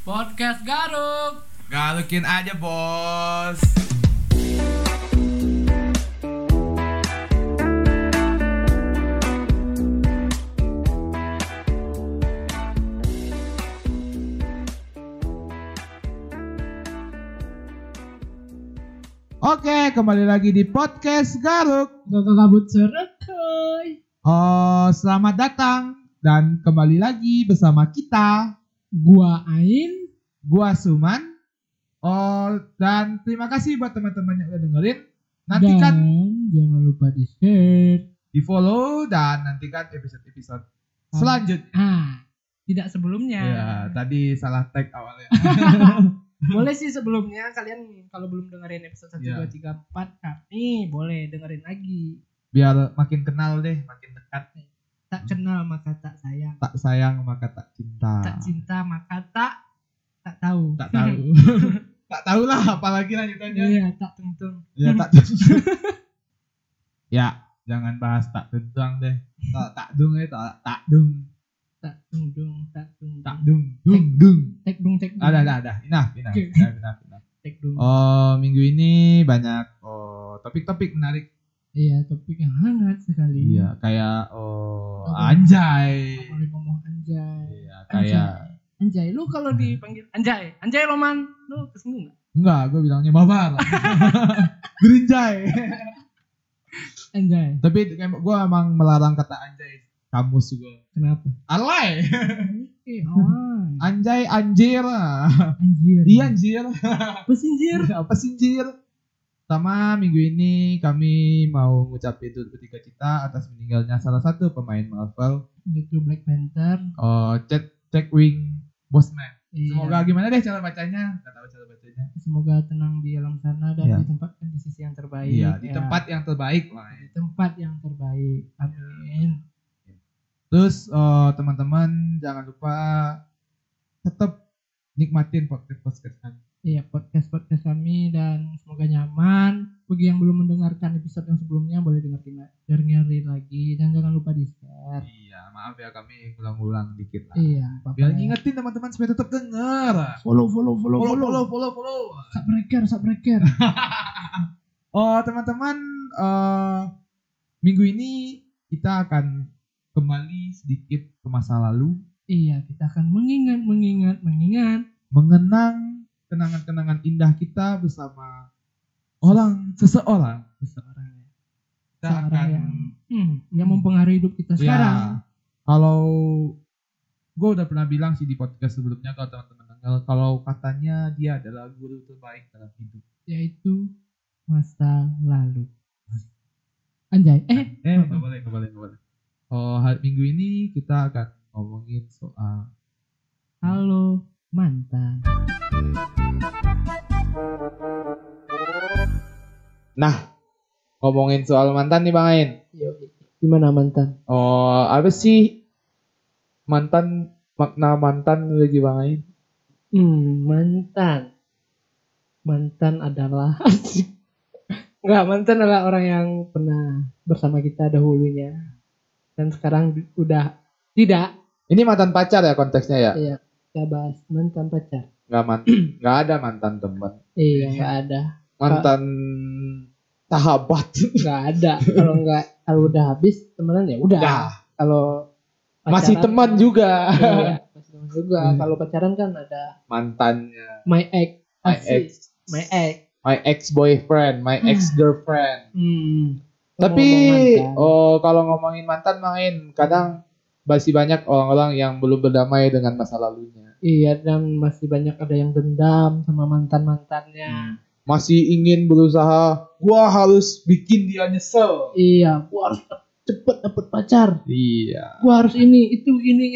Podcast Garuk. Galukin aja bos. Oke, kembali lagi di Podcast Garuk. Gak kabut serekai. Selamat datang dan kembali lagi bersama kita. Gua Ain. Gua Suman. Dan terima kasih buat teman-teman yang udah dengerin. Nantikan, Dan jangan lupa di share. di follow dan nantikan episode-episode selanjutnya. Tidak sebelumnya. Ya, tadi salah tag awalnya. Boleh sih sebelumnya kalian kalau belum dengerin episode 1, Ya. 2, 3, 4 kami boleh dengerin lagi. Biar makin kenal deh, makin dekat nih. Tak kenal maka tak sayang. Tak sayang maka tak cinta. Tak cinta maka tak tahu. Tak tahu. Tak tahu lah, apalagi lanjutannya. Iya, tak tungtung. Ya tak. Ya, jangan bahas tak tentang deh. Tak dung ya, tak dung. Tak tungtung, tak tungtung. Tak dung. Tek dung. Ada. Enough. Oke. Tek dung. Minggu ini banyak topik-topik menarik. Iya, topik yang hangat sekali. Iya, kayak anjay. Boleh ngomong anjay. Iya, kayak Anjay, lu kalau dipanggil Anjay Roman, lu kesinggung gak? enggak, gue bilangnya babar. Gerinjay. Anjay, Tapi gue emang melarang kata anjay kamus juga. kenapa? Alay. Anjay, Anjay, anjir. anjir. Iya anjir. Pesinjir. Apa sih anjir? Sama minggu ini kami mau ngucapin turut berduka cita atas meninggalnya salah satu pemain Marvel, Itu Black Panther. Chadwick Boseman. Iya. Semoga gimana deh cara bacanya? Gak tahu cara bacanya. Semoga tenang di alam sana dan Iya. ditempatkan di sisi yang terbaik. Iya, di Ya. tempat yang terbaik lah. Di tempat yang terbaik. Amin. Terus teman-teman jangan lupa tetap nikmatin podcast kami. Iya, podcast kami dan semoga nyaman. Bagi yang belum mendengarkan episode yang sebelumnya boleh dengerin lagi dan jangan lupa di-share. Iya, maaf ya kami ulang-ulang dikit lah. Iya, apa-apa Biar ya. ngingetin teman-teman supaya tetap denger. Follow. Follow. Subscribe. Teman-teman, minggu ini kita akan kembali sedikit ke masa lalu, Iya, kita akan mengingat. mengenang kenangan-kenangan indah kita bersama seseorang. Seseorang Kita akan yang mempengaruhi hidup kita sekarang. Kalau gue udah pernah bilang sih di podcast sebelumnya, kalau teman-teman dengar, kalau katanya dia adalah guru terbaik dalam hidup. Yaitu masa lalu. Anjay. Nggak boleh. Minggu ini kita akan ngomongin soal Halo mantan. Nah, ngomongin soal mantan nih Bang Ain. Gimana mantan? Apa sih makna mantan lagi Bang Ain? Mantan adalah mantan adalah orang yang pernah bersama kita dahulunya dan sekarang udah tidak. Ini mantan pacar ya konteksnya ya? Iya, kita bahas mantan pacar. Nggak ada mantan teman. Iya, nggak ada. Mantan sahabat. Nggak ada. Kalau udah habis temenan ya udah. Dah. Kalau Masih pacaran- teman juga. Iya, masih teman juga. Kalau pacaran kan ada Mantannya. my ex, My Asik. ex. my ex. My ex-boyfriend, my ex-girlfriend. Tapi Ngomong mantan. kalau ngomongin mantan main, kadang masih banyak orang-orang yang belum berdamai dengan masa lalunya. Iya, dan masih banyak ada yang dendam sama mantannya. Masih ingin berusaha, gua harus bikin dia nyesel. Iya, gua harus cepet dapet pacar. Iya. Gua harus ini itu.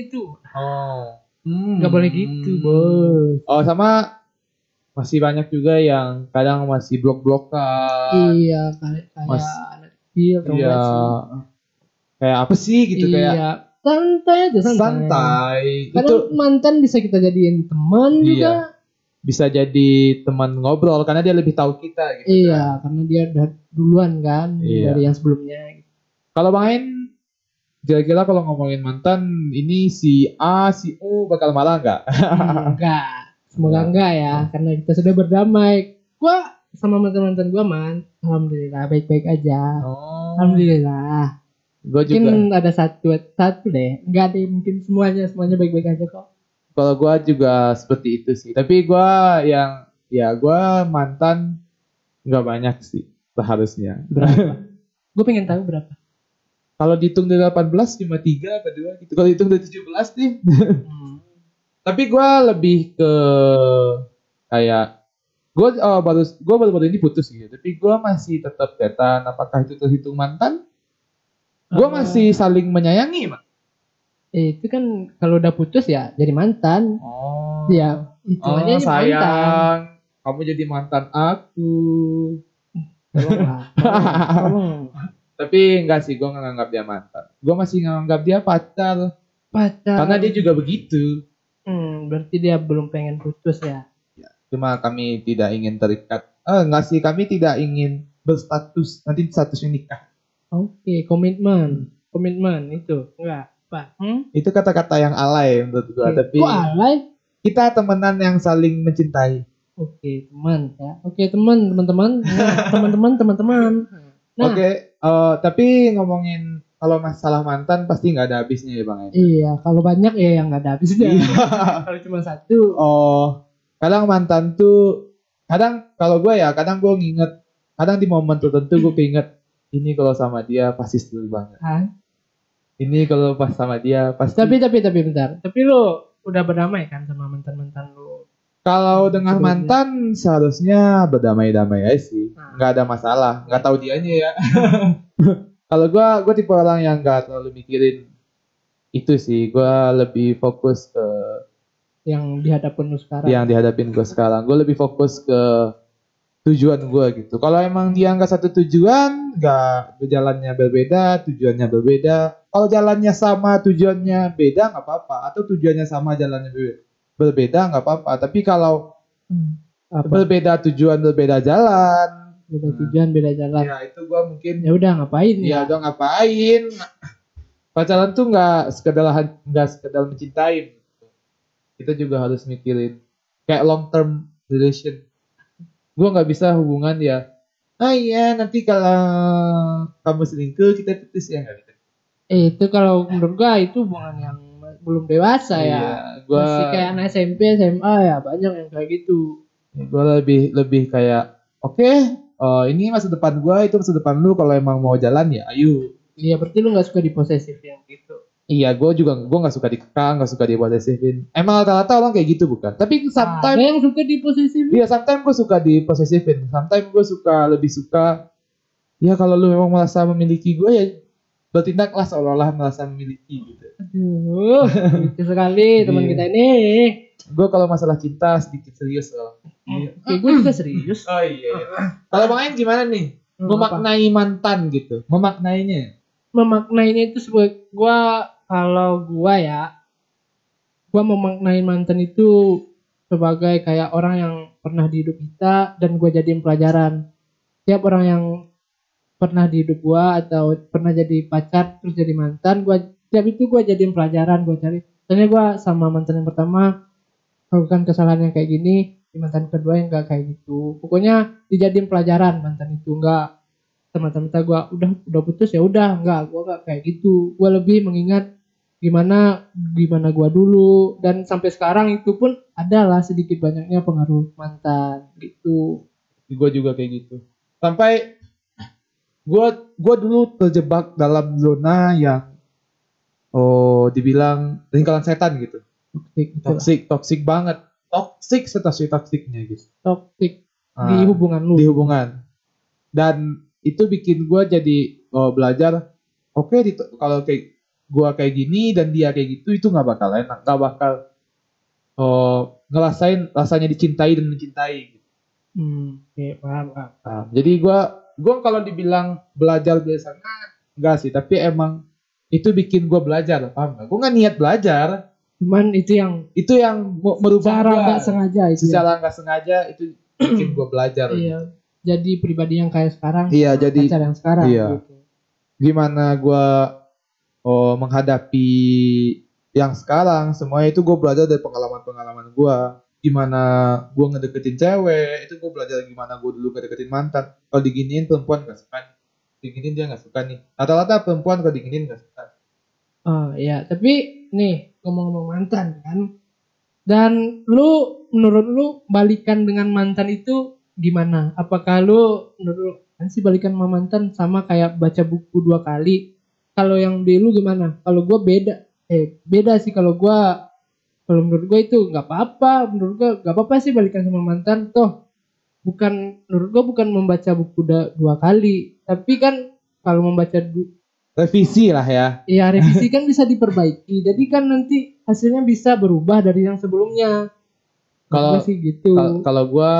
Nggak boleh gitu, bos. Sama masih banyak juga yang kadang masih blok-blokan. Iya, kayak anak kecil, tau Iya. gak sih? Kayak apa sih gitu, kayak Iya, santai aja, santai. Kadang Itu mantan bisa kita jadiin teman Iya. juga. bisa jadi teman ngobrol karena dia lebih tahu kita gitu. Iya, karena dia udah duluan kan Iya. dari yang sebelumnya. Kalau Bang Ain, kira-kira kalau ngomongin mantan, ini si A, si U bakal marah nggak? Enggak. Semoga enggak ya, karena kita sudah berdamai. Gua sama mantan-mantan gua alhamdulillah baik-baik aja. Oh. Alhamdulillah. Gue Mungkin juga. ada satu deh. Enggak deh, mungkin semuanya baik-baik aja kok. Kalau gue juga seperti itu sih. Tapi gue gue mantan nggak banyak sih seharusnya. Berapa? Gue pengen tahu berapa. Kalau dihitung dari 18 cuma 3 apa 2 gitu. Kalau dihitung dari 17 nih. Tapi gue lebih ke kayak gue baru-baru ini putus gitu. Tapi gue masih tetap chatan. Apakah itu terhitung mantan? Gue masih saling menyayangi, Mak. Itu kan kalau udah putus ya jadi mantan. Oh. Ya, itu aja sayang. mantan. Kamu jadi mantan aku. Tolong. Tapi enggak sih, gue nggak nganggap dia mantan. Gue masih nganggap dia pacar. Karena dia juga begitu. Berarti dia belum pengen putus ya. Cuma kami tidak ingin terikat. Enggak sih, kami tidak ingin berstatus. Nanti statusnya nikah. Oke, komitmen itu enggak Pak. Itu kata-kata yang alay menurut gue. Tapi kok alay? Kita temenan yang saling mencintai. Oke, teman ya. Oke, teman-teman. Teman-teman. Nah. Oke, tapi ngomongin kalau masalah mantan pasti nggak ada habisnya ya Bang. Iya, kalau banyak ya yang nggak ada habisnya. Kalau cuma satu. Kadang mantan tuh, kalau gue ya, kadang gue nginget, kadang di momen tertentu gue keinget, ini kalau sama dia pasti seru banget. Ini kalau pas sama dia pasti. Tapi bentar. Tapi lu udah berdamai kan sama mantan-mantan lu? Kalau dengan mantan seharusnya berdamai-damai aja sih, nggak ada masalah, nggak tahu dianya ya. Kalau gue tipe orang yang nggak terlalu mikirin itu sih, gue lebih fokus ke yang dihadapin lu sekarang. Yang dihadapin gue sekarang, gue lebih fokus ke tujuan gue gitu. Kalau emang dia nggak satu tujuan, nggak jalannya berbeda, tujuannya berbeda. Kalau jalannya sama, tujuannya beda nggak apa-apa. Atau tujuannya sama, jalannya berbeda nggak apa-apa. Tapi kalau berbeda tujuan, berbeda jalan, beda jalan. Ya itu gue mungkin. Ya udah ngapain ya? Udah ngapain? Pacaran tuh nggak sekedar mencintai. Kita juga harus mikirin kayak long term relation. Gue nggak bisa hubungan ya. Iya nanti kalau kamu selingkuh kita putus ya nggak gitu. Itu kalau menurut gue itu hubungan yang belum dewasa ya. Masih kayak anak SMP SMA ya banyak yang kayak gitu. Gue lebih kayak ini masa depan gue, itu masa depan lu. Kalau emang mau jalan ya ayo. Iya berarti lu nggak suka diposesif yang gitu. Iya, gue nggak suka dikekang, nggak suka diposesifin. Emang rata-rata orang kayak gitu bukan? Tapi sometimes ada yang suka diposesifin. Iya, sometimes gue suka diposesifin. Sometimes gue lebih suka. Ya kalau lu memang merasa memiliki gue ya bertindaklah seolah-olah merasa memiliki gitu. Aduh, lucu sekali teman kita ini. Gue kalau masalah cinta sedikit serius loh. Oke, gue juga serius. Oh iya. Kalau Bang Ain gimana nih? Memaknai mantan gitu. Memaknainya itu sebagai kalau gue memaknai mantan itu sebagai kayak orang yang pernah di hidup kita dan gue jadiin pelajaran. Tiap orang yang pernah di hidup gue atau pernah jadi pacar terus jadi mantan, tiap itu gue jadiin pelajaran. Gue cari. Soalnya gue sama mantan yang pertama melakukan kesalahan yang kayak gini, di mantan kedua yang gak kayak gitu. Pokoknya dijadiin pelajaran mantan itu, enggak teman-teman gue udah putus ya udah, enggak, gue gak kayak gitu. Gue lebih mengingat gimana gue dulu, dan sampai sekarang itu pun adalah sedikit banyaknya pengaruh mantan gitu. Gue juga kayak gitu. Sampai gue dulu terjebak dalam zona yang dibilang lingkaran setan gitu. Toxic banget. Toksiknya gitu. Toxic di hubungan lu. Di hubungan. Dan itu bikin gue jadi belajar. Kalau kayak gue kayak gini dan dia kayak gitu, itu nggak bakal enak, nggak bakal ngerasain rasanya dicintai dan mencintai. Gitu. Paham. Jadi gue kalau dibilang belajar dari sana enggak sih, tapi emang itu bikin gue belajar, paham nggak? Gue nggak niat belajar, cuman itu yang merubah secara nggak sengaja itu. Secara nggak sengaja itu bikin gue belajar. Iya. Jadi pribadi yang kayak sekarang. Iya, jadi pacar yang sekarang. Iya. Gitu. Gimana gue menghadapi yang sekarang, semuanya itu gue belajar dari pengalaman gue. gimana gue ngedeketin cewek, itu gue belajar gimana gue dulu ngedeketin mantan. Kalau diginiin perempuan gak suka nih, diginiin dia gak suka nih. Rata-rata perempuan kalau diginiin gak suka. Oh iya, tapi nih ngomong-ngomong mantan kan. Dan menurut lu balikan dengan mantan itu gimana? Apakah lu menurut lu kan sih balikan sama mantan sama kayak baca buku 2 kali? Kalau yang di lu gimana? Kalau gua beda. Beda sih kalau gua. Kalau menurut gua itu nggak apa-apa. Menurut gua nggak apa-apa sih balikan sama mantan. Toh menurut gua bukan membaca buku 2 kali. Tapi kan kalau membaca Revisi lah ya. ya revisi kan bisa diperbaiki. Jadi kan nanti hasilnya bisa berubah dari yang sebelumnya. Kalau Gua sih gitu. kalau gue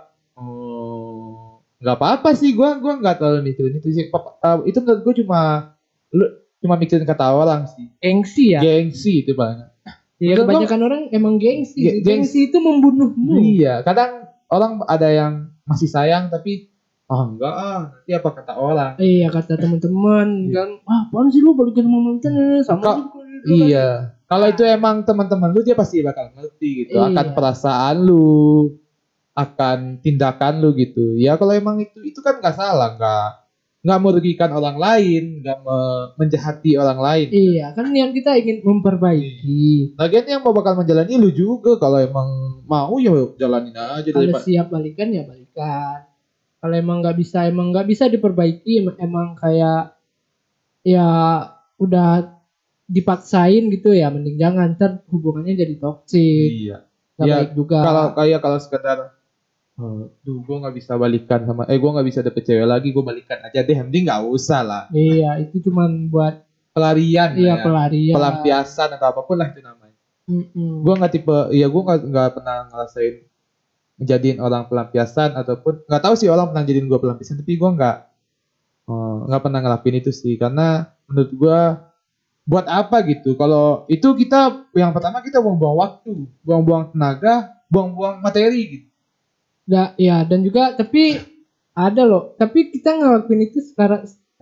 nggak apa-apa sih, gue nggak terlalu mikirin itu sih. Itu menurut gue lu cuma mikirin kata orang sih. Gengsi ya. Gengsi itu banget. Ya Menurut kebanyakan orang emang gengsi. Gengsi itu membunuhmu. Iya, kadang orang ada yang masih sayang tapi enggak nanti apa kata orang. Iya kata teman-teman kan, apaan sih lu balikan sama mantan sama juga. Iya. Kalau itu emang teman-teman lu, dia pasti bakal ngerti gitu, Iya. akan perasaan lu, akan tindakan lu gitu. Ya kalau emang itu kan nggak salah, nggak merugikan orang lain, nggak menjahati orang lain. Iya, kan niat kita ingin memperbaiki. Lagian yang mau bakal menjalani lu juga, kalau emang mau ya jalanin aja. Kalau siap balikan ya balikan. Kalau emang nggak bisa diperbaiki, emang kayak ya udah dipaksain gitu ya, mending jangan, ntar hubungannya jadi toksik. Iya. Gak baik juga. Kalau sekedar gue nggak bisa balikan gue nggak bisa dapet cewek lagi, gue balikan aja deh, mending nggak usah lah. Iya, itu cuman buat pelarian. Iya, ya. pelarian. Pelampiasan atau apapun lah itu namanya. Gue nggak pernah ngerasain menjadiin orang pelampiasan, ataupun nggak tahu sih orang pernah jadiin gue pelampiasan, tapi gue nggak pernah ngelakuin itu sih, karena menurut gue buat apa gitu. Kalau itu kita yang pertama kita buang-buang waktu, buang-buang tenaga, buang-buang materi gitu. Ya, dan juga tapi ada loh, tapi kita ngelakuin itu secara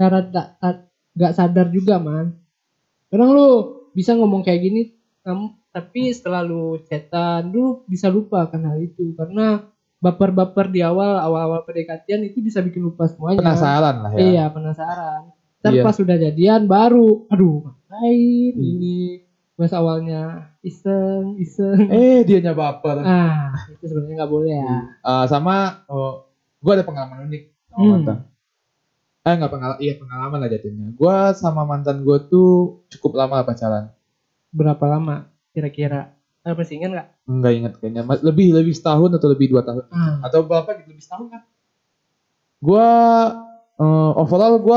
gak sadar juga man. Kadang lu bisa ngomong kayak gini, tapi setelah lu chatan lu bisa lupa kan hal itu, karena baper-baper di awal PDKT itu bisa bikin lupa semuanya. Penasaran lah ya. Iya, penasaran. Ntar pas sudah jadian baru, aduh ngapain ini, pas awalnya iseng. Dianya baper. Itu sebenarnya nggak boleh ya. Sama gue ada pengalaman unik sama mantan. Nggak pengalaman lah jatuhnya. Gue sama mantan gue tuh cukup lama pacaran. Berapa lama kira-kira? Masih ingat nggak? Nggak ingat kayaknya. Lebih setahun atau lebih 2 tahun. Atau berapa gitu, lebih setahun kan? Gue overall gue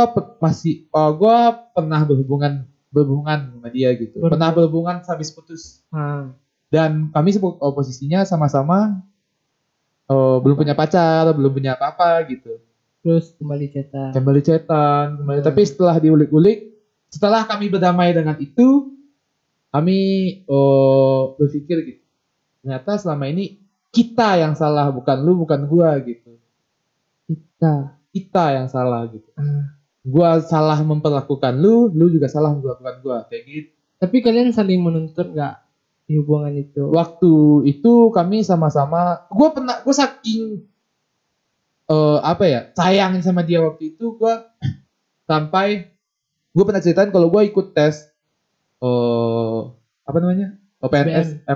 pernah berhubungan sama dia gitu. Pernah berhubungan habis putus. Dan kami posisinya sama-sama belum punya pacar, belum punya apa-apa gitu. Terus kembali cetan. Tapi setelah diulik-ulik, setelah kami berdamai dengan itu, kami berpikir gitu. Ternyata selama ini kita yang salah, bukan lu, bukan gua gitu. Kita yang salah gitu. Gua salah memperlakukan lu juga salah memperlakukan gua, kayak gitu. Tapi kalian saling menuntut nggak di hubungan itu? Waktu itu kami sama-sama, gue saking sayangin sama dia waktu itu, gue sampai gue pernah ceritain kalau gue ikut tes PNS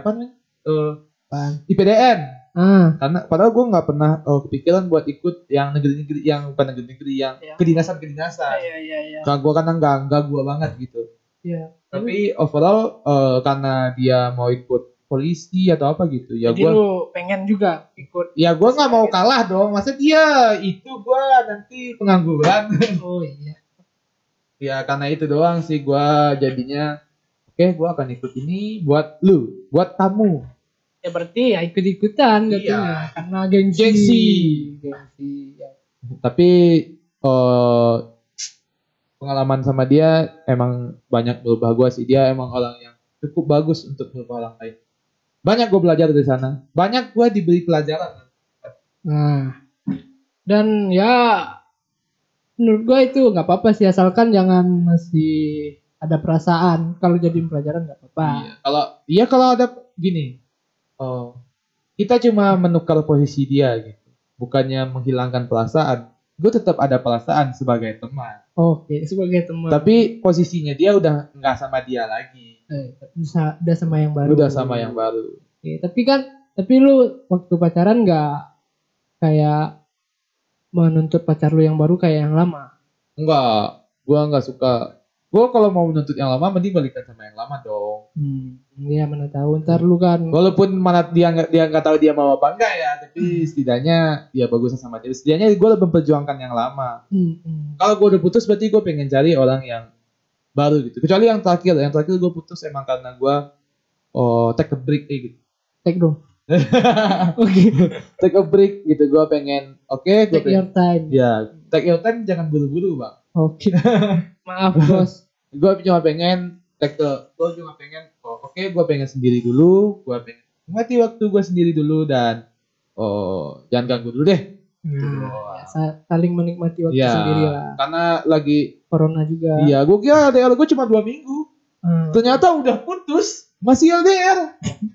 IPDN. Karena padahal gue nggak pernah kepikiran buat ikut yang negeri-negeri, yang bukan negeri-negeri, yang kedinasan. Iya. Karena gue kan enggak gue banget gitu. Iya. Tapi overall karena dia mau ikut polisi atau apa gitu, ya jadi lu pengen juga ikut. Ya gue nggak mau kalah dong, masa dia itu gue nanti pengangguran. Oh iya. Ya karena itu doang sih gue jadinya gue akan ikut ini buat lu, buat kamu. Ya berarti ya ikut-ikutan jadinya, karena gengsi. Ya. Tapi pengalaman sama dia emang banyak berubah gue sih. Dia emang orang yang cukup bagus untuk berubah orang lain. Banyak gue belajar dari sana. Banyak gue diberi pelajaran. Dan ya menurut gue itu nggak apa-apa sih, asalkan jangan masih ada perasaan. Kalau jadi pelajaran nggak apa-apa. Kalau ada gini, kita cuma menukar posisi dia gitu, bukannya menghilangkan perasaan. Gue tetap ada perasaan sebagai teman, Oke, sebagai teman. tapi posisinya dia udah nggak sama dia lagi, Udah sama yang baru. udah sama yang baru. Oke, tapi lu waktu pacaran nggak kayak menuntut pacar lu yang baru kayak yang lama? Enggak, gua nggak suka. Gua kalau mau menuntut yang lama, mending balikan sama yang lama dong. Iya mana tahu ntar lu kan. Walaupun mana dia nggak tahu dia mau apa enggak ya, tapi setidaknya dia bagus sama dia. Setidaknya gue lebih memperjuangkan yang lama. Kalau gue udah putus, berarti gue pengen cari orang yang baru gitu. Kecuali yang terakhir gue putus emang karena gue take a break gitu. Take dong. Oke. Take a break gitu. Gue pengen, Take your time. Ya, take your time, jangan buru-buru bang. Oke. Maaf bos. Gue cuma pengen gue pengen sendiri dulu, gue pengen mati waktu gue sendiri dulu dan jangan ganggu dulu deh. Nah, ya, saling menikmati waktu ya, sendiri lah. Karena lagi corona juga. Iya, gue kira LDR gue cuma 2 minggu. Ternyata udah putus, masih LDR.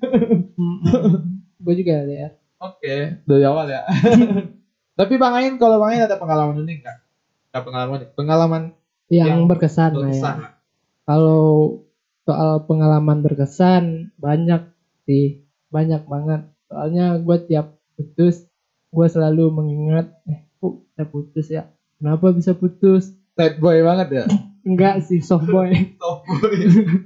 Gue juga LDR. Oke, dari awal ya. Tapi Bang Ain, kalau Bang Ain ada pengalaman unik nggak? Pengalaman yang berkesan lah ya. Kalau soal pengalaman berkesan banyak sih, banyak banget. Soalnya gue tiap putus, gue selalu mengingat, kok saya putus ya? Kenapa bisa putus? Sad boy banget ya? Enggak sih, soft boy. Soft boy.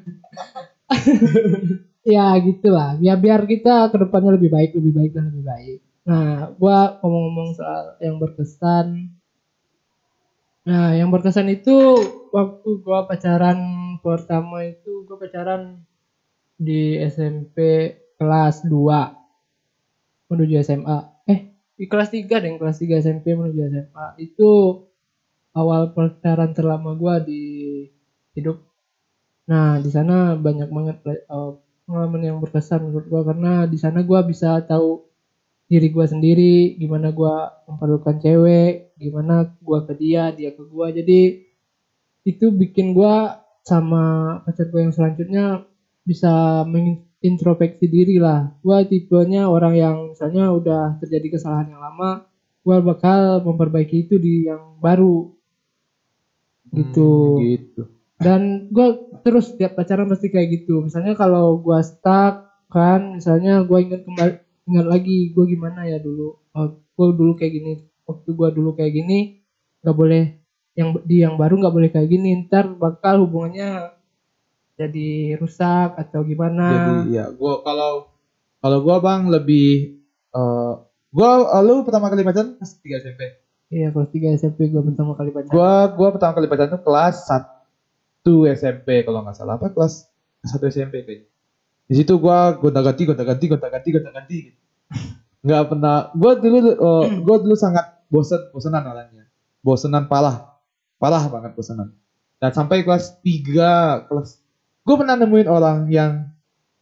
Ya gitulah. Biar kita kedepannya lebih baik dan lebih baik. Nah, gue ngomong-ngomong soal yang berkesan. Nah, yang berkesan itu waktu gue pacaran pertama itu gue pacaran di SMP kelas 2 menuju SMA. Di kelas 3 deh, kelas 3 SMP menuju SMA. Itu awal pacaran terlama gue di hidup. Nah, di sana banyak banget pengalaman yang berkesan menurut gue karena di sana gue bisa tahu diri gue sendiri, gimana gue memperlakukan cewek, gimana gue ke dia ke gue. Jadi itu bikin gue sama pacar gue yang selanjutnya bisa mengintrospeksi diri lah. Gue tipenya orang yang misalnya udah terjadi kesalahan yang lama, gue bakal memperbaiki itu di yang baru gitu. Dan gue terus tiap pacaran pasti kayak gitu. Misalnya kalau gue stuck kan, misalnya gue ingat lagi gue gimana ya dulu. Gue dulu kayak gini, waktu gue dulu kayak gini, nggak boleh yang baru nggak boleh kayak gini. Ntar bakal hubungannya jadi rusak atau gimana. Jadi ya, kalau gue Bang lebih, lu pertama kali pacaran kelas 3 SMP. Iya, kelas 3 SMP gue pertama kali pacaran. Gue pertama kali pacaran tuh kelas 1 SMP kalau nggak salah, apa kelas 1 SMP kayaknya. Di situ gue gonta-ganti gitu. Nggak pernah. Gue dulu sangat bosenan orangnya. Bosenan parah banget bosenan. Dan sampai kelas 3 gue pernah nemuin orang yang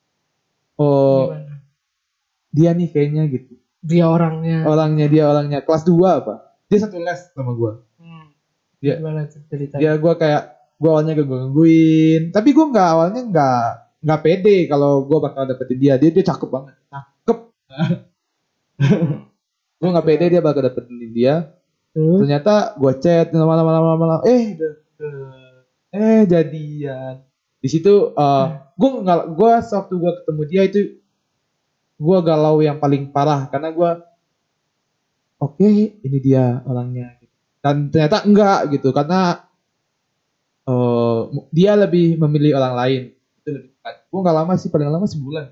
dia nih kayaknya gitu. Dia orangnya kelas 2 apa? Dia satu les sama gue. Dia gue awalnya gangguin, tapi gue awalnya nggak pede kalau gue bakal dapetin dia cakep banget, gue nggak pede dia bakal dapetin dia. Ternyata gue chat lama-lama jadian. Di situ gue waktu gue ketemu dia itu gue galau yang paling parah karena gue ini dia orangnya, dan ternyata enggak gitu karena dia lebih memilih orang lain. Itu lebih tepat. Gue nggak lama sih, paling lama sebulan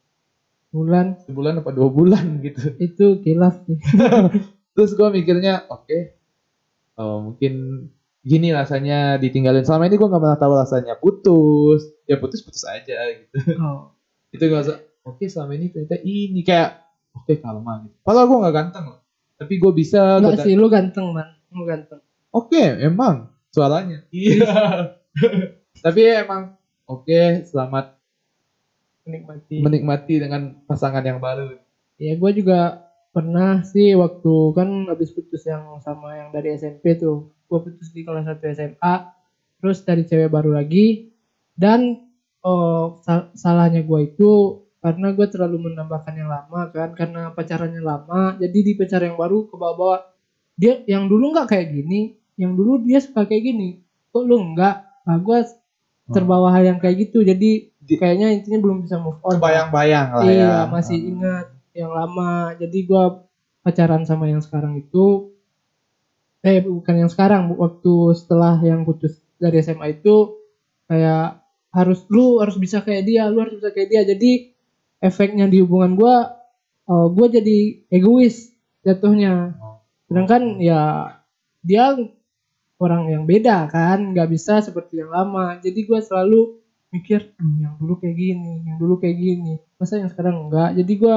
apa 2 bulan gitu. Itu kilaf sih. Terus gue mikirnya mungkin gini rasanya ditinggalin. Selama ini gue nggak pernah tahu rasanya putus aja gitu. Itu gue rasa selama ini ternyata ini kayak kalma gitu. Padahal gue nggak ganteng loh, tapi gue bisa. Nggak sih, lu ganteng man, lu ganteng. Emang suaranya. Iya. Tapi emang selamat menikmati dengan pasangan yang baru. Ya gue juga pernah sih waktu kan habis putus yang sama yang dari SMP tuh. Gue putus di kelas 1 SMA, terus dari cewek baru lagi. Dan salahnya gue itu karena gue terlalu menambahkan yang lama kan, karena pacarannya lama, jadi di pacaran yang baru ke bawah-bawah, dia yang dulu nggak kayak gini, yang dulu dia suka kayak gini, kok lu enggak. Nah gue terbawa hal yang kayak gitu, jadi kayaknya intinya belum bisa move on. Kebayang-bayang lah ya. Iya, masih ingat yang lama. Jadi gue pacaran sama yang sekarang itu, bukan yang sekarang, waktu setelah yang putus dari SMA itu, kayak lu harus bisa kayak dia, lu harus bisa kayak dia. Jadi efeknya di hubungan gue jadi egois jatuhnya. Sedangkan ya dia orang yang beda kan, nggak bisa seperti yang lama. Jadi gue selalu mikir, yang dulu kayak gini, yang dulu kayak gini, masa yang sekarang enggak. Jadi gue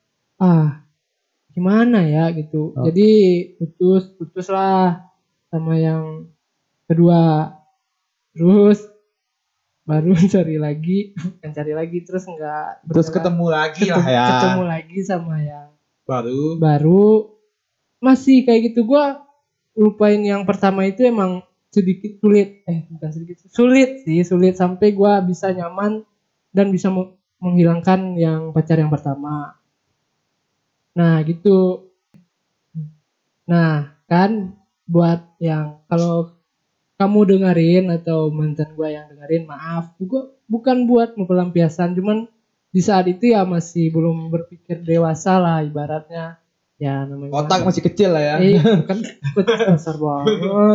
gimana ya gitu. Jadi putus lah sama yang kedua. Terus baru cari lagi terus enggak Terus ketemu lagi lah ya. Ketemu lagi sama yang baru masih kayak gitu. Gue lupain yang pertama itu emang sedikit sulit, bukan sedikit, sulit sampai gue bisa nyaman dan bisa menghilangkan yang pacar yang pertama. Nah gitu. Nah kan buat yang kalau kamu dengerin atau mantan gue yang dengerin, maaf, gue bukan buat pelampiasan, cuman di saat itu ya masih belum berpikir dewasa lah ibaratnya. Ya namanya otak masih kecil lah ya. Bukan besar banget.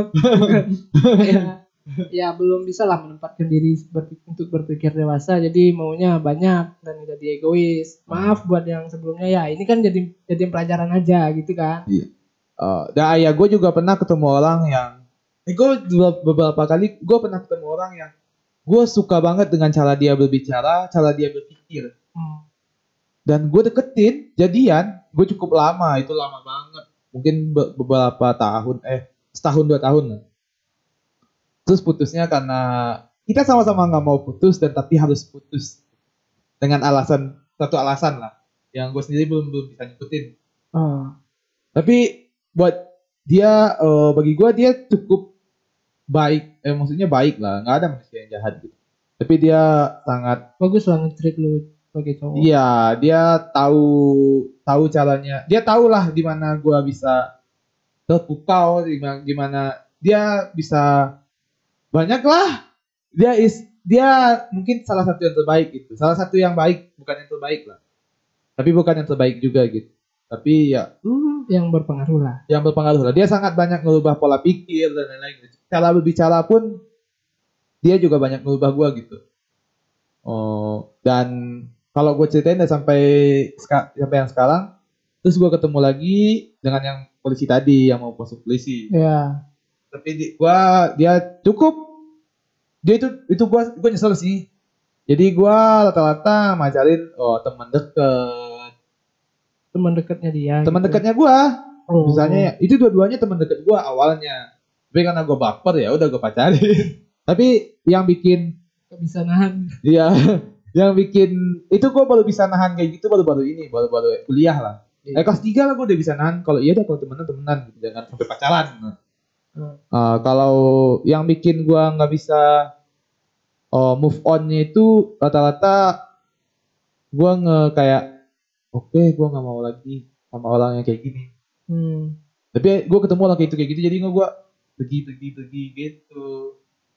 ya belum bisa lah menempatkan diri untuk berpikir dewasa, jadi maunya banyak dan jadi egois. Maaf buat yang sebelumnya ya, ini kan jadi pelajaran aja gitu kan. Iya. Dan ya gue juga pernah ketemu orang yang gue beberapa kali gue pernah ketemu orang yang gue suka banget dengan cara dia berbicara, cara dia berpikir. Dan gue deketin, jadian, gue cukup lama, itu lama banget. Mungkin beberapa tahun, setahun 2 tahun lah. Terus putusnya karena kita sama-sama gak mau putus dan tapi harus putus. Dengan satu alasan lah. Yang gue sendiri belum bisa nyebutin. Tapi buat dia, bagi gue dia cukup baik, maksudnya baik lah. Gak ada manusia yang jahat gitu. Tapi dia sangat bagus lah nge-treat lu sebagai cowok. Iya, dia tahu caranya. Dia tahu lah di mana gue bisa terpukau, di mana dia bisa banyak lah. Dia mungkin salah satu yang terbaik gitu. Salah satu yang baik, bukan yang terbaik lah. Tapi bukan yang terbaik juga gitu. Tapi ya yang berpengaruh lah. Yang berpengaruh lah. Dia sangat banyak merubah pola pikir dan lain-lain. Cara berbicara pun dia juga banyak merubah gue gitu. Dan kalau gue ceritain udah sampai yang sekarang, terus gue ketemu lagi dengan yang polisi tadi yang mau masuk polisi. Iya. Tapi dia cukup, dia itu gue nyesel sih. Jadi gue rata-rata ngajarin teman dekatnya dia. Teman gitu. Dekatnya gue, misalnya itu dua-duanya teman dekat gue awalnya. Tapi karena gue baper ya udah gue pacarin. Tapi yang bikin gak bisa nahan. Iya. Yang bikin itu gue baru bisa nahan kayak gitu baru kuliah lah. Kelas 3 lah gue udah bisa nahan. Kalau iya kalau temenan gitu, jangan sampai pacaran. Kalau yang bikin gue nggak bisa move onnya itu rata-rata gue kayak oke, gue nggak mau lagi sama orang yang kayak gini. Tapi gue ketemu orang kayak gitu jadi gue pergi gitu.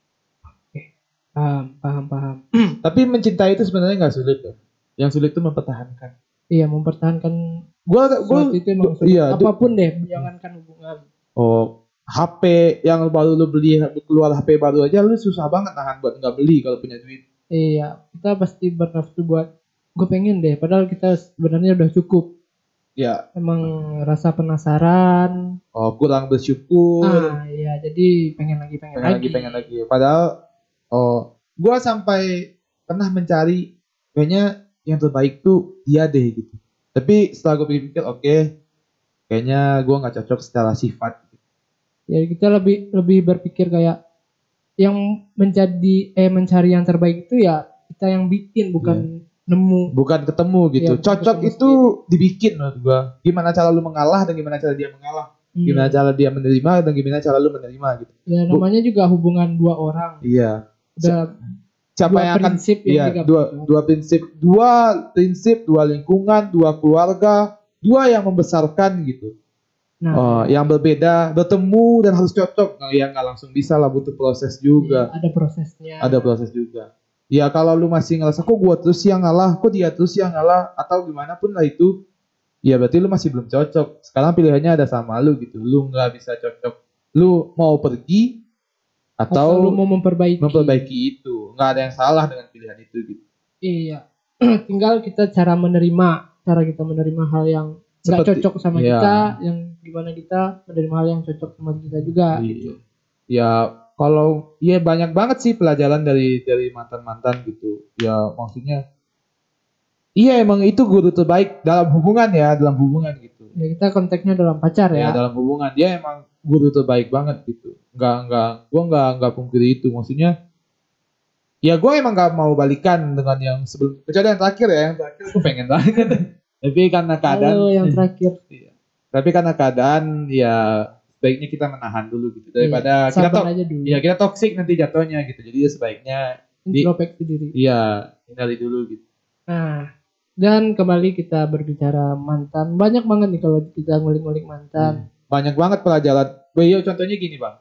Paham. Tapi mencintai itu sebenarnya nggak sulit loh. Yang sulit itu mempertahankan. Iya, mempertahankan. Gue itu emang sulit. Iya, apapun deh, jangankan hubungan. HP yang baru lu beli, keluar HP baru aja lu susah banget nahan buat nggak beli kalau punya duit. Iya, kita pasti bernafsu buat gue pengen deh, padahal kita sebenarnya udah cukup. Ya. Emang rasa penasaran. Kurang bersyukur. Iya, jadi pengen lagi. Padahal gue sampai pernah mencari kayaknya yang terbaik tuh dia deh gitu. Tapi setelah gue pikir kayaknya gue nggak cocok secara sifat. Ya kita lebih berpikir kayak yang mencari yang terbaik itu ya kita yang bikin, bukan nemu, bukan ketemu gitu. Ya, cocok itu dibikin menurut gue. Gimana cara lu mengalah dan gimana cara dia mengalah. Gimana cara dia menerima dan gimana cara lu menerima gitu. Ya namanya juga hubungan dua orang. Iya. siapa Dua yang akan prinsip yang iya, digabungkan. dua prinsip, dua lingkungan, dua keluarga, dua yang membesarkan gitu. Nah, Yang berbeda bertemu dan harus cocok. Nah, ya nggak langsung bisa lah, butuh proses juga. ada prosesnya. Ada proses juga. Ya kalau lu masih ngerasa kok gua terus yang ngalah, kok dia terus yang ngalah atau gimana pun lah itu, ya berarti lu masih belum cocok. Sekarang pilihannya ada sama lu gitu. Lu nggak bisa cocok. Lu mau pergi Atau lu atau mau memperbaiki. itu. Nggak ada yang salah dengan pilihan itu gitu. Iya. Tinggal kita cara kita menerima hal yang nggak Seperti- cocok sama iya. kita, yang gimana kita menerima hal yang cocok sama kita juga. Iya. Gitu. Ya kalau ya banyak banget sih pelajaran dari mantan-mantan gitu. Ya maksudnya iya emang itu guru terbaik dalam hubungan gitu. Ya kita konteksnya dalam pacar Ya ya. dalam hubungan dia emang guru terbaik banget gitu. Gua nggak pungkiri itu. Maksudnya ya gue emang nggak mau balikan dengan yang sebelum, kecuali yang terakhir gue pengen banget. Tapi karena keadaan, Halo yang terakhir. iya. Tapi karena keadaan ya sebaiknya kita menahan dulu gitu daripada Iya, sabar aja dulu. kita toksik nanti jatuhnya gitu. Jadi ya sebaiknya Introspeksi diri. iya hindari dulu gitu. Nah, dan kembali kita berbicara mantan. Banyak banget nih kalau kita ngulik-ngulik mantan. Banyak banget pelajaran. Yo, contohnya gini bang.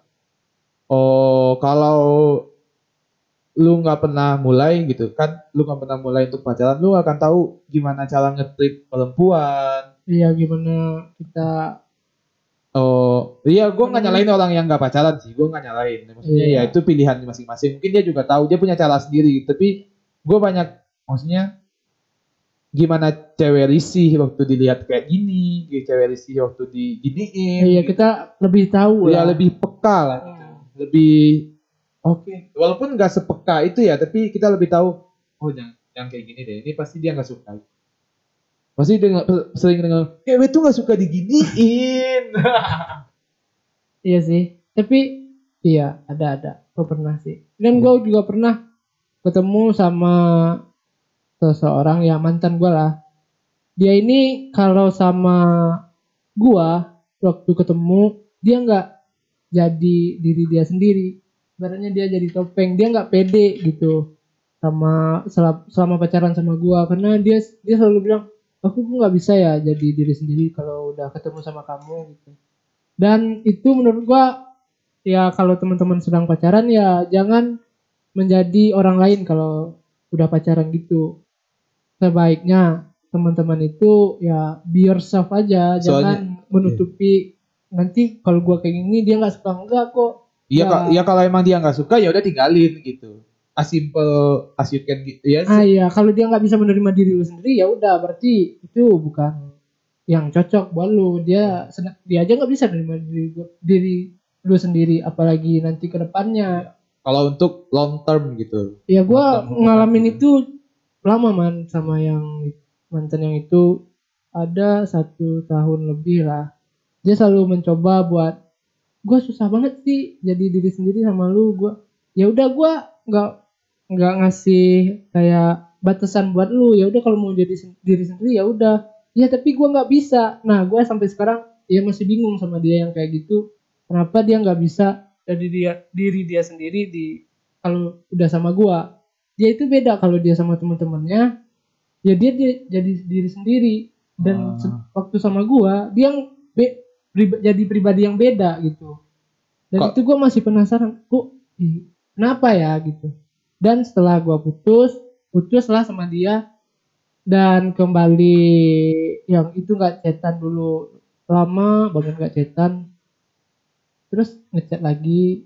Oh kalau lu nggak pernah mulai gitu kan, lu nggak pernah mulai untuk pacaran, lu akan tahu gimana cara nge-treat perempuan. Iya, gimana kita. Oh iya, gue nggak nyalain orang yang nggak pacaran sih, gue nggak nyalain. Maksudnya Iya. ya itu pilihan masing-masing. Mungkin dia juga tahu, dia punya cara sendiri. Tapi gue banyak, maksudnya gimana cewek risih waktu dilihat kayak gini, cewek risih waktu diginiin. Iya, kita lebih tahu Ya lah. lebih peka lah, gitu. Lebih oke. Walaupun nggak sepeka itu ya, tapi kita lebih tahu. Oh yang kayak gini deh, ini pasti dia nggak suka. Pasti sering dengar, cewek tuh nggak suka diginiin. Iya sih. Tapi iya ada. Gue pernah sih. Dan gue juga pernah ketemu sama seseorang ya mantan gue lah. Dia ini kalau sama gue waktu ketemu dia nggak jadi diri dia sendiri. Ibaratnya dia jadi topeng. Dia nggak pede gitu sama selama pacaran sama gue, karena dia selalu bilang aku nggak bisa ya jadi diri sendiri kalau udah ketemu sama kamu gitu. Dan itu menurut gua ya kalau teman-teman sedang pacaran ya jangan menjadi orang lain kalau udah pacaran gitu. Sebaiknya teman-teman itu ya be yourself aja, jangan menutupi nanti kalau gua kayak gini dia nggak suka, enggak kok. Iya ya kalau emang dia nggak suka ya udah tinggalin gitu. As simple as you can gitu ya. Iya, kalau dia nggak bisa menerima diri lu sendiri ya udah berarti itu bukan yang cocok buat lu. Dia aja nggak bisa menerima diri lu sendiri, apalagi nanti ke depannya. Kalau untuk long term gitu. Ya gue ngalamin itu lama man sama yang mantan yang itu ada 1 tahun lebih lah. Dia selalu mencoba buat gue susah banget sih jadi diri sendiri sama lu. Gue ya udah gue nggak ngasih kayak batasan buat lu. Ya udah kalau mau jadi diri sendiri ya udah. Ya tapi gue nggak bisa. Nah gue sampai sekarang ya masih bingung sama dia yang kayak gitu. Kenapa dia nggak bisa jadi diri dia sendiri kalau udah sama gue. Dia itu beda kalau dia sama teman-temannya. Ya dia jadi diri sendiri. Dan waktu sama gue dia jadi pribadi yang beda gitu. Dan itu gue masih penasaran kok kenapa ya gitu. Dan setelah gue putuslah sama dia dan kembali yang itu nggak chatan dulu, lama banget nggak chatan, terus ngechat lagi.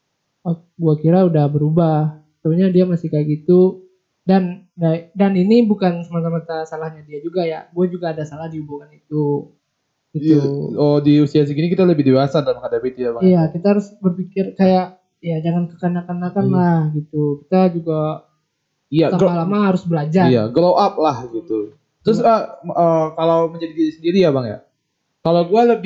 Gue kira udah berubah, sebenarnya dia masih kayak gitu. Dan ini bukan semata-mata salahnya dia juga ya, gue juga ada salah di hubungan itu gitu. Oh di usia segini kita lebih dewasa dalam menghadapi dia bang. Iya, kita harus berpikir kayak ya jangan kekanak-kanakan lah gitu. Kita juga lama-lama harus belajar. Iya, grow up lah gitu. Terus kalau menjadi diri sendiri ya bang ya. Kalau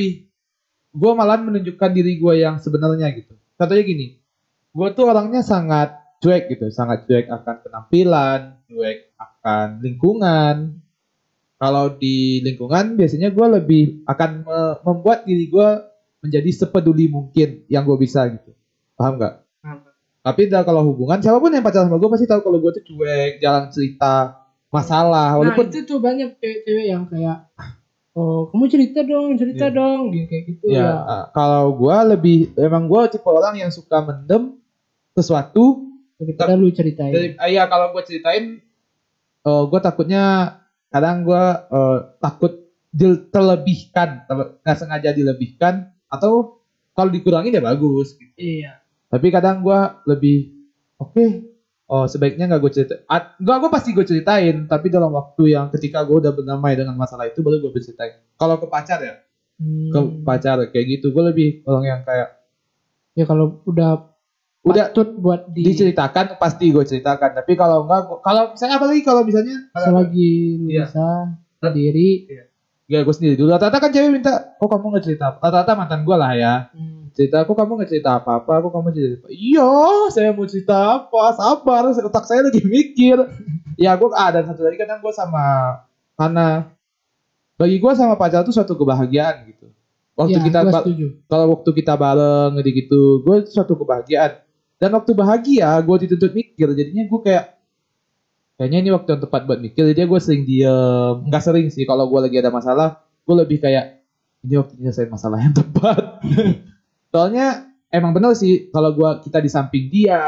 gue malah menunjukkan diri gue yang sebenarnya gitu. Contohnya gini, gue tuh orangnya sangat cuek gitu, sangat cuek akan penampilan, cuek akan lingkungan. Kalau di lingkungan biasanya gue lebih akan membuat diri gue menjadi sepeduli mungkin yang gue bisa gitu. Paham nggak? Tapi kalau hubungan, siapapun yang pacaran sama gue pasti tahu kalau gue tuh cuek, jarang cerita masalah. Nah Walaupun itu tuh banyak cewek-cewek yang kayak, oh kamu cerita Iya. dong, gitu kayak gitu ya ya. kalau gue lebih, emang gue tipe orang yang suka mendem sesuatu. Daripada lu ceritain. Ya kalau gue ceritain, gue takutnya kadang gue takut terlebihkan, nggak sengaja dilebihkan, atau kalau dikurangin ya bagus. Iya. Tapi kadang gue lebih oke, oh sebaiknya nggak gue cerita. Nggak, gue pasti gue ceritain. Tapi dalam waktu yang ketika gue udah berdamai dengan masalah itu baru gue ceritain. Kalau ke pacar ya, ke pacar kayak gitu. Gue lebih orang yang kayak ya kalau udah patut buat diceritakan pasti gue ceritakan. Tapi kalau enggak, kalau misalnya apalagi kalau misalnya selagi lu iya. bisa sendiri. Iya. Ya gue sendiri dulu. Rata-rata kan cewek minta, kok kamu nggak cerita? Rata-rata mantan gue lah ya. Cerita, kok kamu nggak cerita apa-apa? Kok kamu cerita apa? Iya, saya mau cerita apa? Sabar, otak saya lagi mikir. Ya gue dan satu lagi kadang gue sama karena bagi gue sama pacar tuh suatu kebahagiaan gitu. Waktu Ya, kita kalau waktu kita bareng gitu, gue suatu kebahagiaan. Dan waktu bahagia, gue dituntut mikir. Jadinya gue kayaknya ini waktu yang tepat buat mikir. Jadi gue sering diem. Nggak sering sih. Kalau gue lagi ada masalah, gue lebih kayak ini waktunya nyelesain masalah yang tepat. Soalnya emang bener sih kalau kita di samping dia,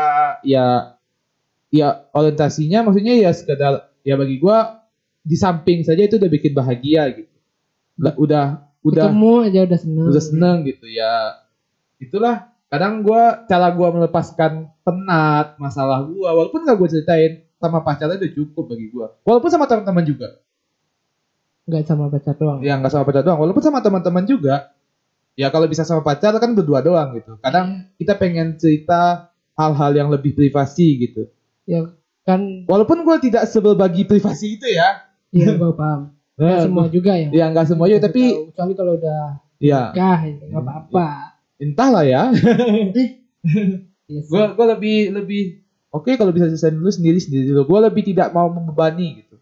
ya orientasinya maksudnya ya sekedar ya bagi gue di samping saja itu udah bikin bahagia gitu. Udah ketemu aja udah seneng gitu ya. Itulah kadang cara gue melepaskan penat masalah gue, walaupun gak gue ceritain sama pacarnya udah cukup bagi gue, walaupun sama teman-teman juga. Nggak sama pacar doang. Ya nggak sama pacar doang, walaupun sama teman-teman juga. Ya kalau bisa sama pacar kan berdua doang gitu. Kadang kita pengen cerita hal-hal yang lebih privasi gitu. Ya kan. Walaupun gue tidak sebagi privasi itu ya. Iya gue paham. Nggak semua juga ya. Ya nggak semua juga, tapi kecuali kalau udah ya nikah nggak apa-apa. Entahlah ya. Yes. Gue lebih oke kalau bisa selesai dulu sendiri dulu. Gue lebih tidak mau membebani gitu.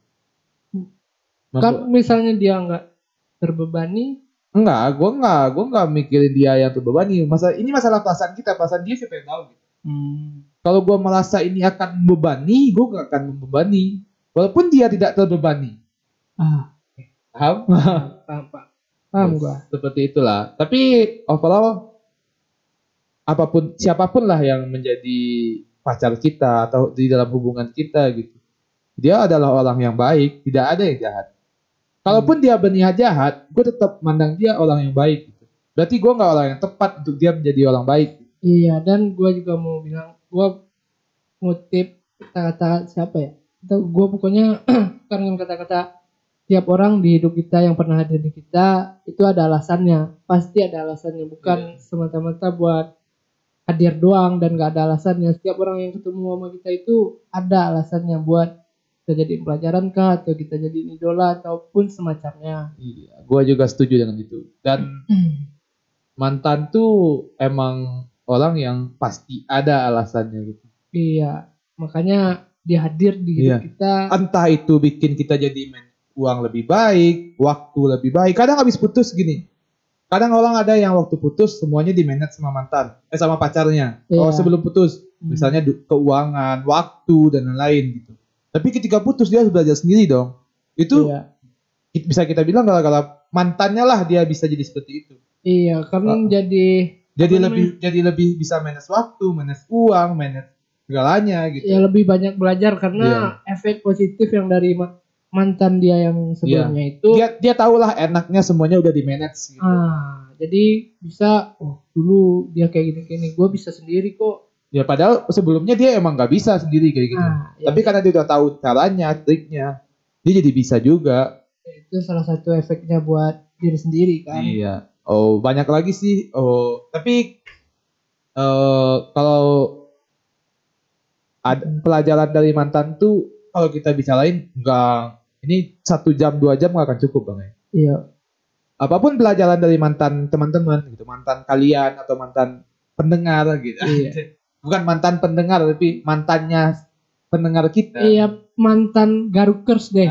Kan misalnya dia nggak terbebani. Enggak, gue nggak mikirin dia yang terbebani. Ini masalah perasaan kita, perasaan dia siapa yang tahu gitu. Kalau gue merasa ini akan membebani, gue gak akan membebani. Walaupun dia tidak terbebani. Paham? Paham gue. Seperti itulah. Tapi overall, siapapun lah yang menjadi pacar kita atau di dalam hubungan kita gitu, dia adalah orang yang baik, tidak ada yang jahat. Kalaupun dia berniat jahat, gue tetap mandang dia orang yang baik gitu. Berarti gue nggak orang yang tepat untuk dia menjadi orang baik. Iya, dan gue juga mau bilang, gue ngutip kata-kata siapa ya? Gue pokoknya kan dengan kata-kata tiap orang di hidup kita yang pernah hadir di kita itu ada alasannya, pasti ada alasannya, bukan semata-mata buat hadir doang dan gak ada alasannya. Setiap orang yang ketemu sama kita itu ada alasannya buat kita jadi pelajaran kah, atau kita jadi idola ataupun semacamnya. Iya, gue juga setuju dengan itu. Dan mantan tuh emang orang yang pasti ada alasannya gitu. Iya, makanya dia hadir di hidup kita. Entah itu bikin kita jadi uang lebih baik, waktu lebih baik. Kadang habis putus gini. Kadang orang ada yang waktu putus semuanya di-manage sama mantan, sama pacarnya. Oh, sebelum putus, misalnya keuangan, waktu dan lain-lain gitu. Tapi ketika putus dia harus belajar sendiri dong. Itu bisa kita bilang gara-gara mantannya lah dia bisa jadi seperti itu. Iya, karena jadi lebih bisa manage waktu, manage uang, manage segalanya gitu. Ya lebih banyak belajar karena efek positif yang dari mantan dia yang sebelumnya itu. Dia tahulah enaknya semuanya udah di-manage gitu. Jadi bisa, dulu dia kayak gini, gue bisa sendiri kok. Ya padahal sebelumnya dia emang gak bisa sendiri kayak gitu. Tapi karena dia udah tahu caranya, triknya, dia jadi bisa juga. Itu salah satu efeknya buat diri sendiri kan. Iya. Oh, banyak lagi sih. Oh, tapi kalau ada pelajaran dari mantan tuh kalau kita bicarain ini 1 jam 2 jam gak akan cukup Bang. Iya. Apapun pelajaran dari mantan teman-teman gitu, mantan kalian atau mantan pendengar gitu. Iya. Bukan mantan pendengar tapi mantannya pendengar kita. Iya, mantan garukers deh.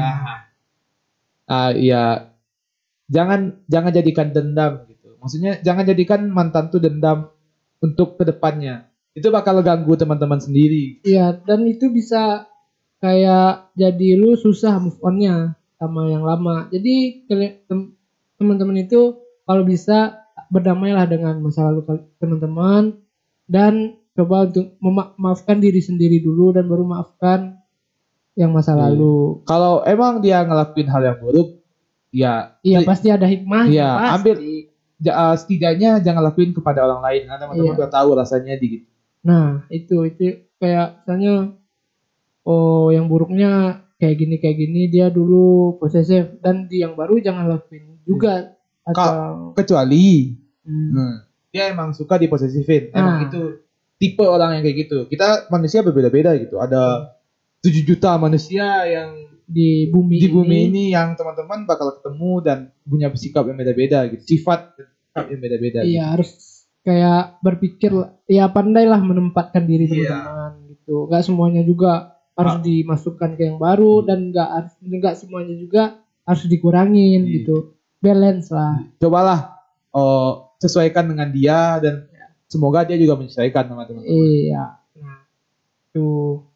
Iya. Jangan jadikan dendam gitu. Maksudnya jangan jadikan mantan tuh dendam untuk kedepannya. itu bakal ganggu teman-teman sendiri. Iya, dan itu bisa kayak jadi lu susah move on-nya sama yang lama. Jadi teman-teman itu kalau bisa berdamailah dengan masa lalu teman-teman dan coba untuk memaafkan diri sendiri dulu dan baru maafkan yang masa lalu. Kalau emang dia ngelakuin hal yang buruk, ya Iya pasti ada hikmahnya. Iya, pasti. ambil setidaknya jangan lakuin kepada orang lain karena teman-teman udah tahu rasanya gitu. Nah, itu kayak misalnya yang buruknya kayak gini dia dulu posesif dan di yang baru jangan lakuin juga atau kecuali dia emang suka diposesifin. Emang itu tipe orang yang kayak gitu. Kita manusia berbeda-beda gitu. Ada 7 juta manusia yang di bumi ini yang teman-teman bakal ketemu dan punya sikap yang beda-beda gitu. Sifat yang beda-beda. Iya, gitu. Harus kayak berpikir ya pandailah menempatkan diri teman-teman gitu. Gak semuanya juga harus dimasukkan ke yang baru dan gak semuanya juga harus dikurangin gitu. Balance lah. Cobalah sesuaikan dengan dia dan semoga dia juga menyesuaikan sama teman-teman. Iya. Nah, tuh.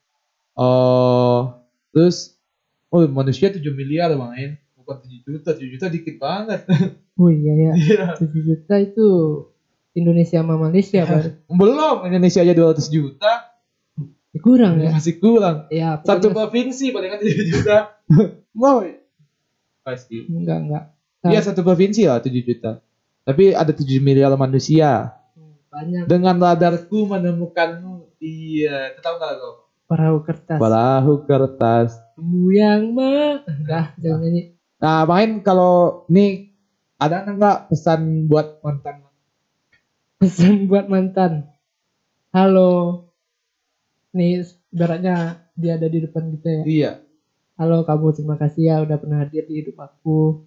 Terus manusia 7 miliar main, bukan 7 juta. 7 juta dikit banget. Oh iya ya. 7 juta itu Indonesia sama Malaysia baru. Belum, Indonesia aja 200 juta. Kurang ya? Masih kurang. Ya, satu provinsi palingan 7 juta. Wow. Pasti. Enggak. Iya, satu provinsi lah 7 juta. Tapi ada 7 miliar manusia. Banyak. Dengan radarku menemukanmu. Iya, tahu enggak lo? Perahu kertas. Yang Udah, jangan nyanyi. Nah, main kalau nih ada enggak pesan buat mantan? Pesan buat mantan. Halo. Nih, ibaratnya dia ada di depan kita ya. Iya. Halo kamu, terima kasih ya udah pernah hadir di hidup aku.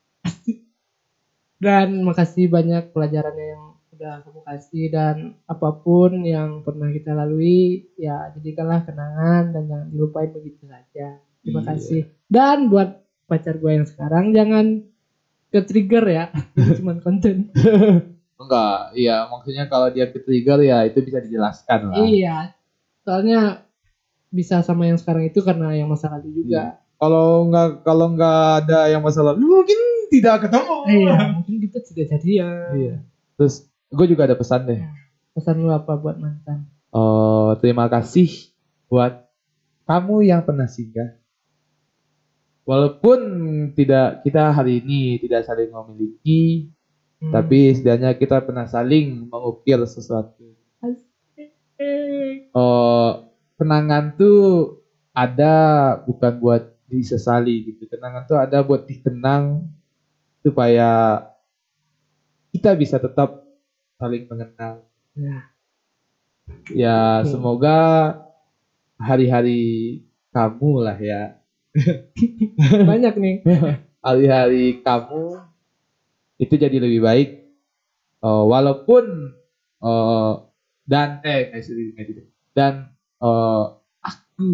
Dan makasih banyak pelajarannya yang udah kamu kasih dan apapun yang pernah kita lalui ya jadikanlah kenangan dan jangan dilupain begitu saja. Terima kasih. Dan buat pacar gue yang sekarang jangan ke trigger ya. Ini cuma konten. Enggak, iya maksudnya kalau dia ke trigger ya itu bisa dijelaskan lah. Iya. Soalnya bisa sama yang sekarang itu karena yang masa lalu juga. Iya. Kalau nggak ada yang masa lalu mungkin tidak ketemu. Iya, mungkin kita tidak jadian. Iya. Terus gue juga ada pesan deh. Pesan lu apa buat mantan? Terima kasih buat kamu yang pernah singgah. Walaupun tidak kita hari ini tidak saling memiliki, tapi setidaknya kita pernah saling mengukir sesuatu. Kenangan tuh ada bukan buat disesali gitu. Kenangan tuh ada buat dikenang supaya kita bisa tetap saling mengenal. Ya semoga hari-hari kamu lah ya. Banyak nih. Hari-hari kamu itu jadi lebih baik. Walaupun dan aku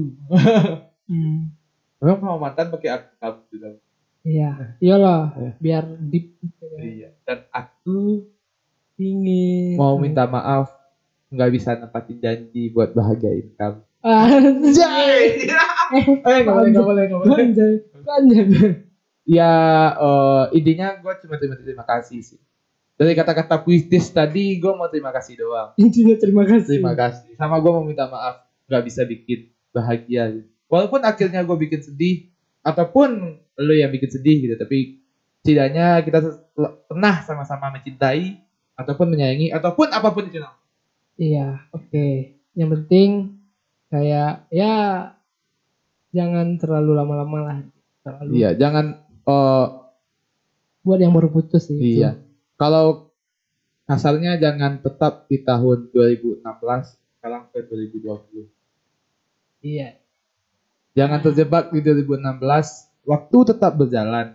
memang sama mantan pakai aku kamu juga. Iya, iyalah biar deep. Iya. Dan aku ingin mau minta maaf nggak bisa nempatin janji buat bahagiain kamu. Anjay. Nggak boleh. Anjay. Ya intinya gue cuma terima kasih sih. Dari kata-kata puitis tadi gue mau terima kasih doang. Intinya terima kasih. Terima kasih. Sama gue mau minta maaf nggak bisa bikin bahagia. Walaupun akhirnya gue bikin sedih ataupun lo yang bikin sedih gitu, tapi setidaknya kita pernah sama-sama mencintai ataupun menyayangi ataupun apapun itu. Iya, oke. Yang penting kayak ya jangan terlalu lama-lama lah. Iya, jangan buat yang baru putus sih. Iya. Kalau kasarnya jangan tetap di tahun 2016 sekarang ke 2020. Iya. Jangan terjebak di 2016. Waktu tetap berjalan.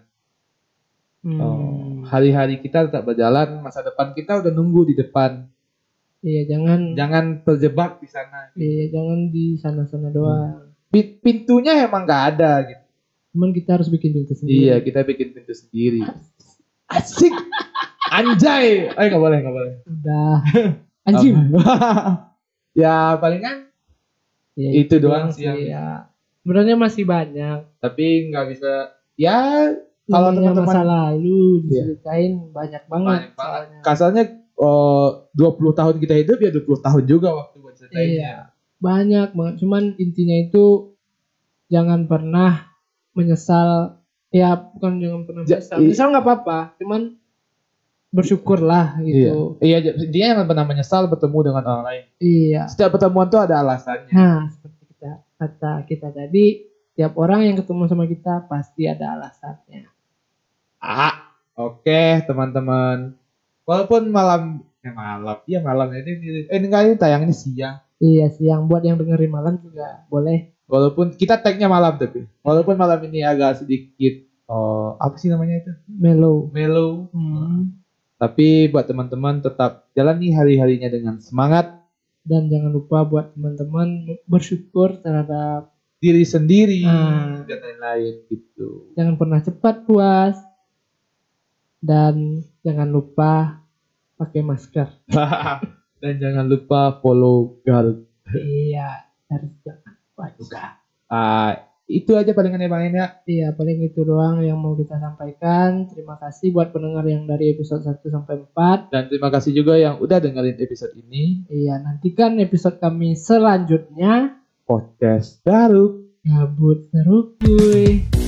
Hari-hari kita tetap berjalan. Masa depan kita udah nunggu di depan. Iya, jangan terjebak di sana. Iya, jangan di sana-sana doang. Pintunya emang nggak ada gitu. Cuman kita harus bikin pintu sendiri. Iya, kita bikin pintu sendiri. Asik. Anjay. Nggak boleh. Udah. Anjing. Ya palingan Ya, itu doang sih yang ya. Sebenarnya masih banyak. tapi nggak bisa ya kalau Namanya teman-teman masa lalu Iya. diceritain banyak banget banyak banget. soalnya. Kasarnya 20 tahun kita hidup ya 20 tahun juga waktu buat ceritainnya. Iya, banyak banget. Cuman intinya itu jangan pernah menyesal. Ya, bukan jangan pernah menyesal. Menyesal nggak apa-apa. Cuman bersyukurlah gitu. Iya, dia yang pernah menyesal bertemu dengan orang lain. Iya. Setiap pertemuan tuh ada alasannya. Nah, seperti kata kita tadi, tiap orang yang ketemu sama kita pasti ada alasannya. Oke, teman-teman. Walaupun malam ini enggak, ini tayangnya siang. Iya, siang buat yang dengerin malam juga boleh. Walaupun kita tag-nya malam tapi walaupun malam ini agak sedikit apa sih namanya itu? Mellow. Tapi buat teman-teman tetap jalani hari-harinya dengan semangat Dan jangan lupa buat teman-teman bersyukur terhadap diri sendiri dan lain-lain gitu. Jangan pernah cepat puas. Dan jangan lupa pakai masker. Dan jangan lupa follow Garut. Iya, harus jangan lupa juga. Itu aja palingan ya Bang ya. Iya, paling itu doang yang mau kita sampaikan. Terima kasih buat pendengar yang dari episode 1 sampai 4. Dan terima kasih juga yang udah dengerin episode ini. Iya, nantikan episode kami selanjutnya. Podcast Garut. Gabut seru kuy.